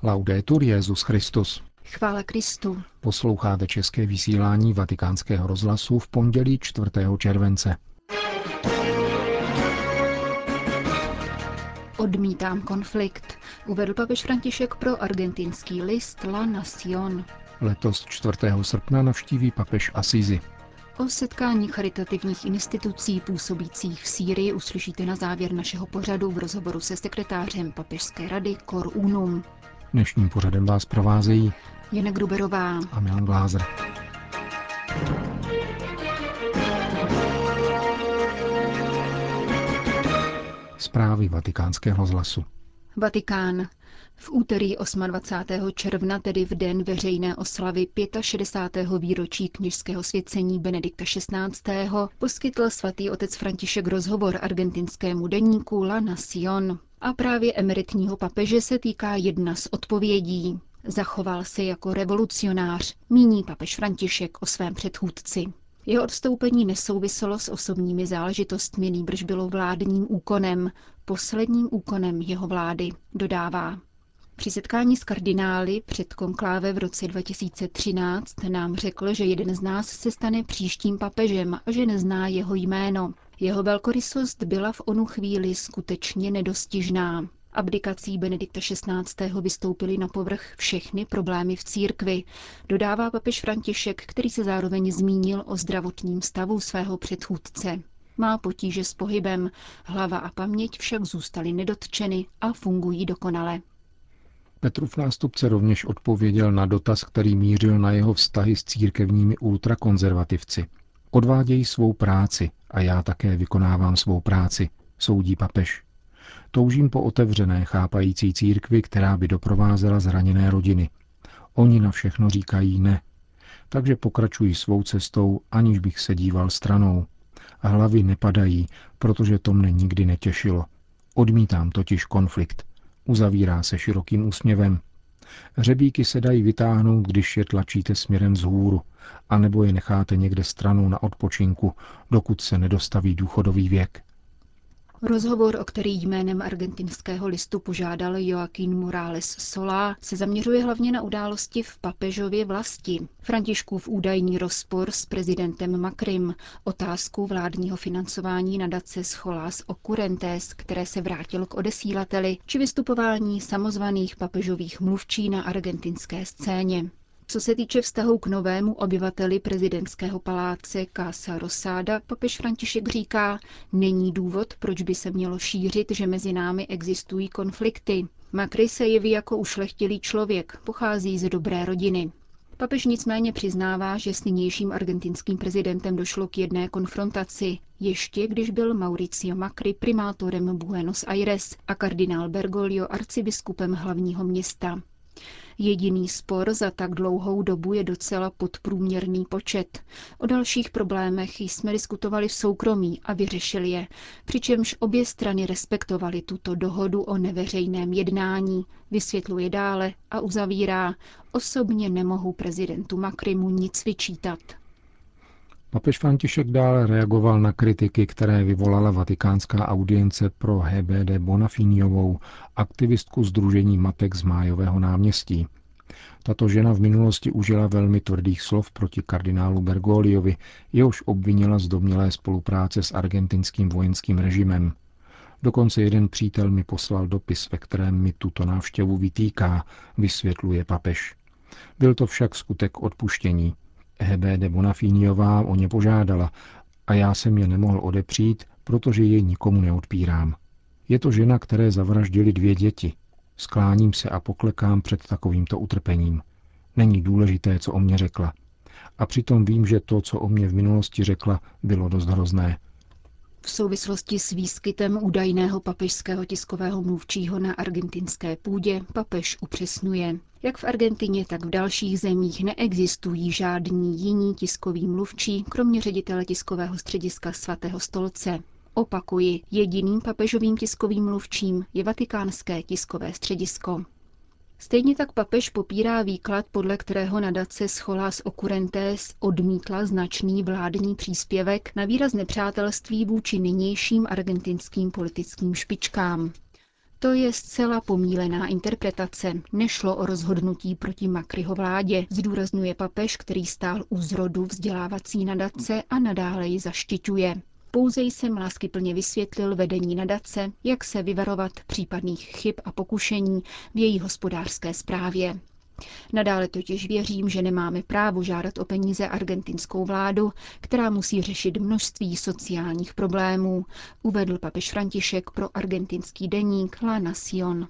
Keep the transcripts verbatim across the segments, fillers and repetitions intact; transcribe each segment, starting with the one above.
Laudetur Jesus Christus. Chvála Kristu. Posloucháte české vysílání Vatikánského rozhlasu v pondělí čtvrtého července. Odmítám konflikt, uvedl papež František pro argentinský list La Nación. Letos čtvrtého srpna navštíví papež Asisi. O setkání charitativních institucí působících v Sýrii uslyšíte na závěr našeho pořadu v rozhovoru se sekretářem papežské rady Cor Unum. Dnešním pořadem vás provázejí Jana Gruberová a Milan Glázer. Zprávy Vatikánského rozhlasu. Vatikán. V úterý dvacátého osmého června, tedy v den veřejné oslavy šedesátého pátého výročí kněžského svěcení Benedikta šestnáctého. poskytl svatý otec František rozhovor argentinskému deníku La Nación. A právě emeritního papeže se týká jedna z odpovědí. Zachoval se jako revolucionář, míní papež František o svém předchůdci. Jeho odstoupení nesouviselo s osobními záležitostmi, nýbrž bylo vládním úkonem, posledním úkonem jeho vlády, dodává. Při setkání s kardinály před konkláve v roce dva tisíce třináct nám řekl, že jeden z nás se stane příštím papežem a že nezná jeho jméno. Jeho velkorysost byla v onu chvíli skutečně nedostižná. Abdikací Benedikta šestnáctého vystoupily na povrch všechny problémy v církvi, dodává papež František, který se zároveň zmínil o zdravotním stavu svého předchůdce. Má potíže s pohybem, hlava a paměť však zůstaly nedotčeny a fungují dokonale. Petrův nástupce rovněž odpověděl na dotaz, který mířil na jeho vztahy s církevními ultrakonzervativci. Odvádějí svou práci a já také vykonávám svou práci, soudí papež. Toužím po otevřené, chápající církvi, která by doprovázela zraněné rodiny. Oni na všechno říkají ne. Takže pokračují svou cestou, aniž bych se díval stranou. A hlavy nepadají, protože to mne nikdy netěšilo. Odmítám totiž konflikt. Uzavírá se širokým úsměvem. Hřebíky se dají vytáhnout, když je tlačíte směrem vzhůru, anebo je necháte někde stranou na odpočinku, dokud se nedostaví důchodový věk. Rozhovor, o který jménem argentinského listu požádal Joaquín Morales Solá, se zaměřuje hlavně na události v papežově vlasti, Františkův údajný rozpor s prezidentem Macrim, otázku vládního financování nadace Scholas Occurrentes, které se vrátil k odesílateli, či vystupování samozvaných papežových mluvčí na argentinské scéně. Co se týče vztahu k novému obyvateli prezidentského paláce Casa Rosada, papež František říká, není důvod, proč by se mělo šířit, že mezi námi existují konflikty. Macri se jeví jako ušlechtilý člověk, pochází z dobré rodiny. Papež nicméně přiznává, že s nynějším argentinským prezidentem došlo k jedné konfrontaci, ještě když byl Mauricio Macri primátorem Buenos Aires a kardinál Bergoglio arcibiskupem hlavního města. Jediný spor za tak dlouhou dobu je docela podprůměrný počet. O dalších problémech jsme diskutovali v soukromí a vyřešili je, přičemž obě strany respektovaly tuto dohodu o neveřejném jednání, vysvětluje dále a uzavírá, osobně nemohu prezidentu Macrimu nic vyčítat. Papež František dále reagoval na kritiky, které vyvolala vatikánská audience pro H B D Bonafiniovou, aktivistku Sdružení matek z Májového náměstí. Tato žena v minulosti užila velmi tvrdých slov proti kardinálu Bergogliovi, jehož obvinila z domnělé spolupráce s argentinským vojenským režimem. Dokonce jeden přítel mi poslal dopis, ve kterém mi tuto návštěvu vytýká, vysvětluje papež. Byl to však skutek odpuštění. H B D Bonafiniová o ně požádala a já jsem je nemohl odepřít, protože je nikomu neodpírám. Je to žena, které zavraždili dvě děti. Skláním se a poklekám před takovýmto utrpením. Není důležité, co o mě řekla. A přitom vím, že to, co o mě v minulosti řekla, bylo dost hrozné. V souvislosti s výskytem údajného papežského tiskového mluvčího na argentinské půdě papež upřesňuje. Jak v Argentině, tak v dalších zemích neexistují žádní jiní tiskoví mluvčí, kromě ředitele tiskového střediska Svatého stolce. Opakuji, jediným papežovým tiskovým mluvčím je Vatikánské tiskové středisko. Stejně tak papež popírá výklad, podle kterého nadace Scholas Occurrentes odmítla značný vládní příspěvek na výraz nepřátelství vůči nynějším argentinským politickým špičkám. To je zcela pomílená interpretace. Nešlo o rozhodnutí proti Macryho vládě, zdůrazňuje papež, který stál u zrodu vzdělávací nadace a nadále ji zaštiťuje. Pouze jsem láskyplně vysvětlil vedení nadace, jak se vyvarovat případných chyb a pokušení v její hospodářské správě. Nadále totiž věřím, že nemáme právo žádat o peníze argentinskou vládu, která musí řešit množství sociálních problémů, uvedl papež František pro argentinský deník La Nación.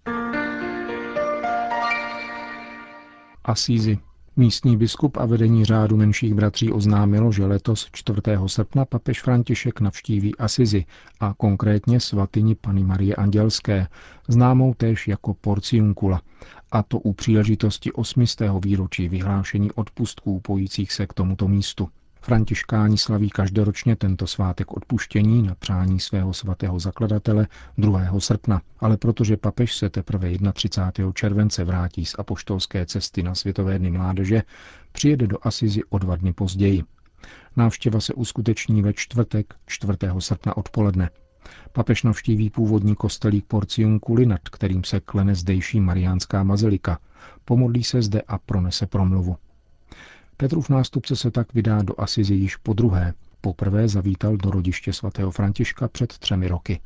Asízi. Místní biskup a vedení řádu menších bratří oznámilo, že letos čtvrtého srpna papež František navštíví Asizi a konkrétně svatyni Panny Marie Andělské, známou též jako Porciuncula, a to u příležitosti osmistého výročí vyhlášení odpustků pojících se k tomuto místu. Františkáni slaví každoročně tento svátek odpuštění na přání svého svatého zakladatele druhého srpna, ale protože papež se teprve třicátého prvního července vrátí z apoštolské cesty na Světové dny mládeže, přijede do Asizi o dva dny později. Návštěva se uskuteční ve čtvrtek čtvrtého srpna odpoledne. Papež navštíví původní kostelík Porciunculi, nad kterým se klene zdejší mariánská bazilika, pomodlí se zde a pronese promluvu. Petrův nástupce se tak vydá do Asizi již podruhé. Poprvé zavítal do rodiště svatého Františka před třemi roky.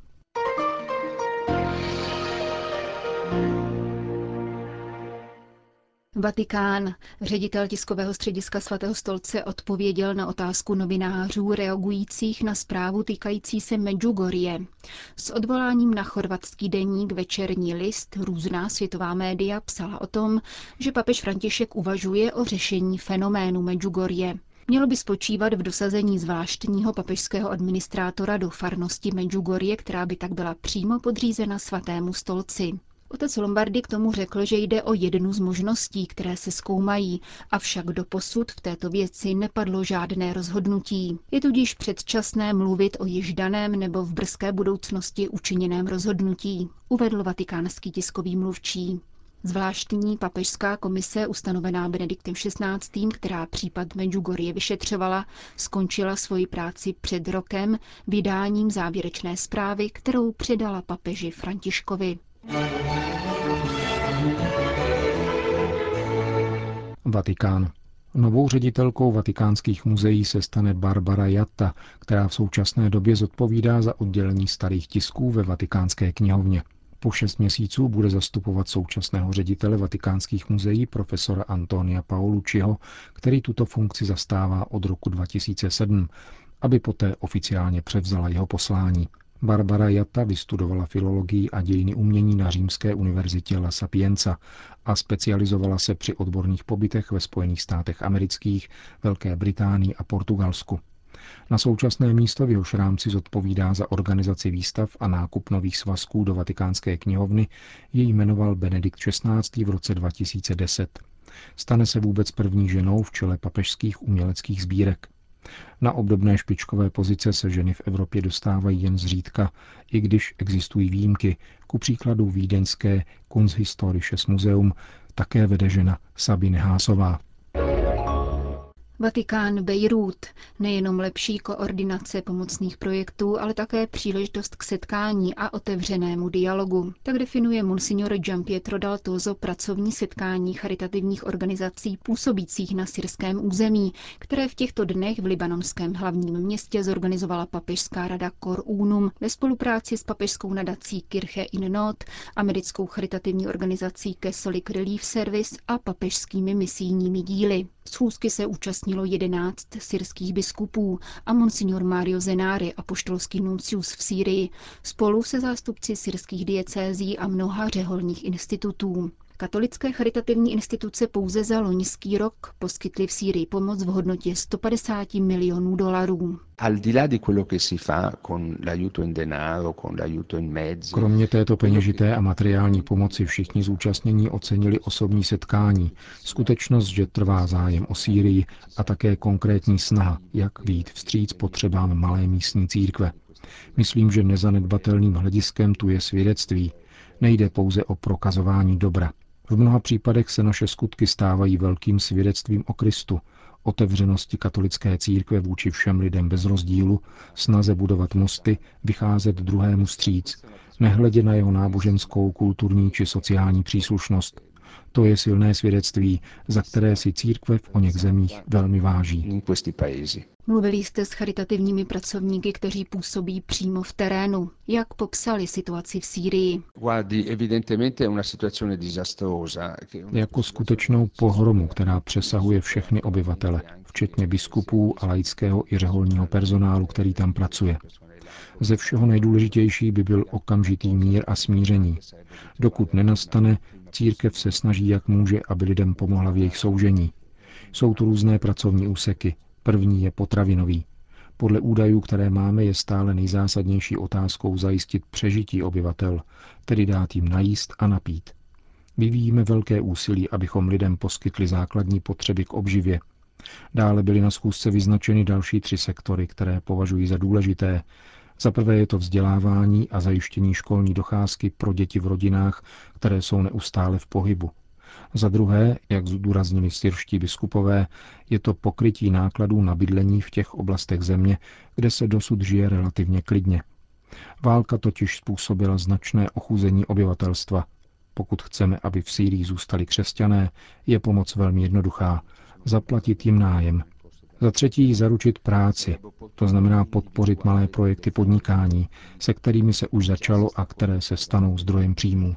Vatikán. Ředitel tiskového střediska Svatého stolce odpověděl na otázku novinářů reagujících na zprávu týkající se Medjugorje. S odvoláním na chorvatský deník Večerní list různá světová média psala o tom, že papež František uvažuje o řešení fenoménu Medjugorje. Mělo by spočívat v dosazení zvláštního papežského administrátora do farnosti Medjugorje, která by tak byla přímo podřízena Svatému stolci. Otec Lombardy k tomu řekl, že jde o jednu z možností, které se zkoumají, avšak doposud v této věci nepadlo žádné rozhodnutí. Je tudíž předčasné mluvit o již daném nebo v brzké budoucnosti učiněném rozhodnutí, uvedl vatikánský tiskový mluvčí. Zvláštní papežská komise ustanovená Benediktem šestnáctým, která případ Medjugorje vyšetřovala, skončila svoji práci před rokem vydáním závěrečné zprávy, kterou předala papeži Františkovi. Vatikán. Novou ředitelkou vatikánských muzeí se stane Barbara Jatta, která v současné době zodpovídá za oddělení starých tisků ve vatikánské knihovně. Po šest měsíců bude zastupovat současného ředitele vatikánských muzeí profesora Antonia Paolucciho, který tuto funkci zastává od roku dva tisíce sedm, aby poté oficiálně převzala jeho poslání. Barbara Jatta vystudovala filologii a dějiny umění na Římské univerzitě La Sapienza a specializovala se při odborných pobytech ve Spojených státech amerických, Velké Británii a Portugalsku. Na současné místo v jehož rámci zodpovídá za organizaci výstav a nákup nových svazků do vatikánské knihovny ji jmenoval Benedikt šestnáctý v roce dva tisíce deset. Stane se vůbec první ženou v čele papežských uměleckých sbírek. Na obdobné špičkové pozice se ženy v Evropě dostávají jen zřídka, i když existují výjimky, ku příkladu vídeňské Kunsthistorisches Museum také vede žena Sabine Hásová. Vatikán Bejrút. Nejenom lepší koordinace pomocných projektů, ale také příležitost k setkání a otevřenému dialogu. Tak definuje monsignor Gianpietro Daltozo pracovní setkání charitativních organizací působících na syrském území, které v těchto dnech v libanonském hlavním městě zorganizovala papežská rada Cor Unum ve spolupráci s papežskou nadací Kirche in Not, americkou charitativní organizací Catholic Relief Service a papežskými misijními díly. Schůzky se účastnilo jedenáct syrských biskupů a monsignor Mario Zenari, apoštolský nuncius v Sýrii, spolu se zástupci syrských diecézí a mnoha řeholních institutů. Katolické charitativní instituce pouze za loňský rok poskytly v Sýrii pomoc v hodnotě sto padesát milionů dolarů. Kromě této peněžité a materiální pomoci všichni zúčastnění ocenili osobní setkání, skutečnost, že trvá zájem o Sýrii a také konkrétní snaha, jak vyjít vstříc potřebám malé místní církve. Myslím, že nezanedbatelným hlediskem tu je svědectví. Nejde pouze o prokazování dobra. V mnoha případech se naše skutky stávají velkým svědectvím o Kristu, otevřenosti katolické církve vůči všem lidem bez rozdílu, snaze budovat mosty, vycházet druhému vstříc, nehledě na jeho náboženskou, kulturní či sociální příslušnost. To je silné svědectví, za které si církve v oněch zemích velmi váží. Mluvili jste s charitativními pracovníky, kteří působí přímo v terénu. Jak popsali situaci v Sýrii? Jako skutečnou pohromu, která přesahuje všechny obyvatele, včetně biskupů a laického i řeholního personálu, který tam pracuje. Ze všeho nejdůležitější by byl okamžitý mír a smíření. Dokud nenastane, církev se snaží, jak může, aby lidem pomohla v jejich soužení. Jsou tu různé pracovní úseky. První je potravinový. Podle údajů, které máme, je stále nejzásadnější otázkou zajistit přežití obyvatel, tedy dát jim najíst a napít. Vyvíjíme velké úsilí, abychom lidem poskytli základní potřeby k obživě. Dále byly na schůzce vyznačeny další tři sektory, které považují za důležité. Za prvé je to vzdělávání a zajištění školní docházky pro děti v rodinách, které jsou neustále v pohybu. Za druhé, jak zdůraznili syrští biskupové, je to pokrytí nákladů na bydlení v těch oblastech země, kde se dosud žije relativně klidně. Válka totiž způsobila značné ochuzení obyvatelstva. Pokud chceme, aby v Sýrii zůstali křesťané, je pomoc velmi jednoduchá. Zaplatit jim nájem. Za třetí zaručit práci, to znamená podpořit malé projekty podnikání, se kterými se už začalo a které se stanou zdrojem příjmů.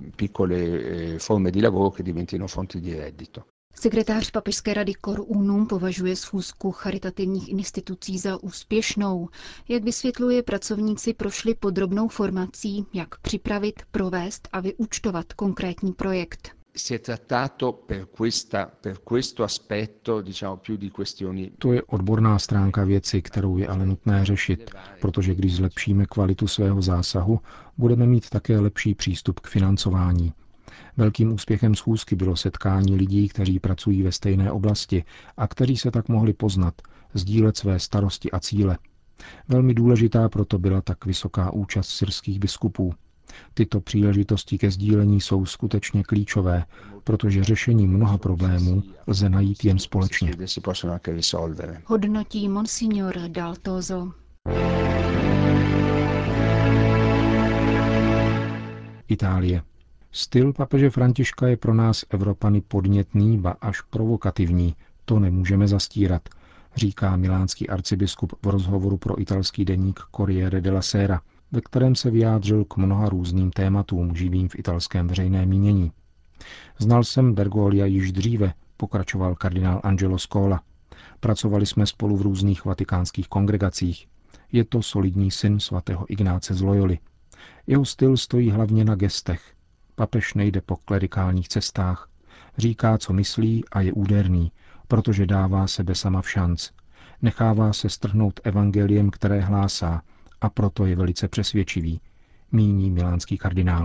Sekretář Papežské rady Cor Unum považuje schůzku charitativních institucí za úspěšnou. Jak vysvětluje, pracovníci prošli podrobnou formací, jak připravit, provést a vyúčtovat konkrétní projekt. To je odborná stránka věci, kterou je ale nutné řešit, protože když zlepšíme kvalitu svého zásahu, budeme mít také lepší přístup k financování. Velkým úspěchem schůzky bylo setkání lidí, kteří pracují ve stejné oblasti a kteří se tak mohli poznat, sdílet své starosti a cíle. Velmi důležitá proto byla tak vysoká účast syrských biskupů. Tyto příležitosti ke sdílení jsou skutečně klíčové, protože řešení mnoha problémů lze najít jen společně. Hodnotí monsignor Daltozo. Itálie. Styl papeže Františka je pro nás Evropany podnětný, ba až provokativní. To nemůžeme zastírat, říká milánský arcibiskup v rozhovoru pro italský deník Corriere della Sera, ve kterém se vyjádřil k mnoha různým tématům živým v italském veřejném mínění. Znal jsem Bergoglio již dříve, pokračoval kardinál Angelo Scola. Pracovali jsme spolu v různých vatikánských kongregacích. Je to solidní syn svatého Ignáce z Loyoli. Jeho styl stojí hlavně na gestech. Papež nejde po klerikálních cestách. Říká, co myslí a je úderný, protože dává sebe sama v šanc. Nechává se strhnout evangeliem, které hlásá, a proto je velice přesvědčivý, míní milánský kardinál.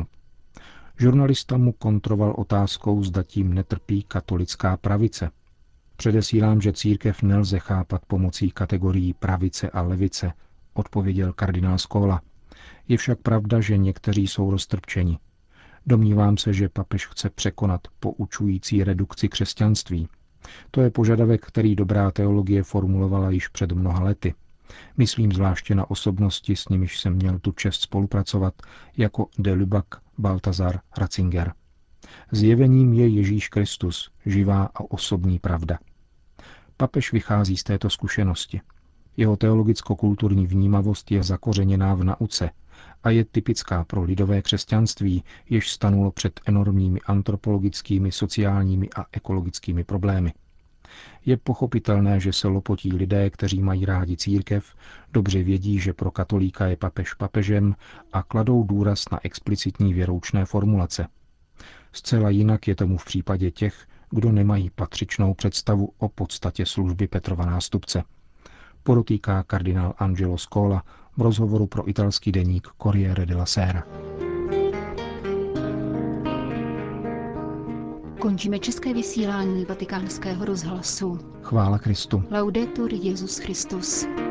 Žurnalista mu kontroval otázkou, zda tím netrpí katolická pravice. Předesílám, že církev nelze chápat pomocí kategorií pravice a levice, odpověděl kardinál Scola. Je však pravda, že někteří jsou roztrpčeni. Domnívám se, že papež chce překonat poučující redukci křesťanství. To je požadavek, který dobrá teologie formulovala již před mnoha lety. Myslím zvláště na osobnosti, s nimiž jsem měl tu čest spolupracovat, jako de Lubac, Baltazar, Ratzinger. Zjevením je Ježíš Kristus, živá a osobní pravda. Papež vychází z této zkušenosti. Jeho teologicko-kulturní vnímavost je zakořeněná v nauce a je typická pro lidové křesťanství, jež stanulo před enormními antropologickými, sociálními a ekologickými problémy. Je pochopitelné, že se lopotí lidé, kteří mají rádi církev, dobře vědí, že pro katolíka je papež papežem a kladou důraz na explicitní věroučné formulace. Zcela jinak je tomu v případě těch, kdo nemají patřičnou představu o podstatě služby Petrova nástupce. Podotýká kardinál Angelo Scola v rozhovoru pro italský deník Corriere della Sera. Končíme české vysílání Vatikánského rozhlasu. Chvála Kristu. Laudetur Jesus Christus.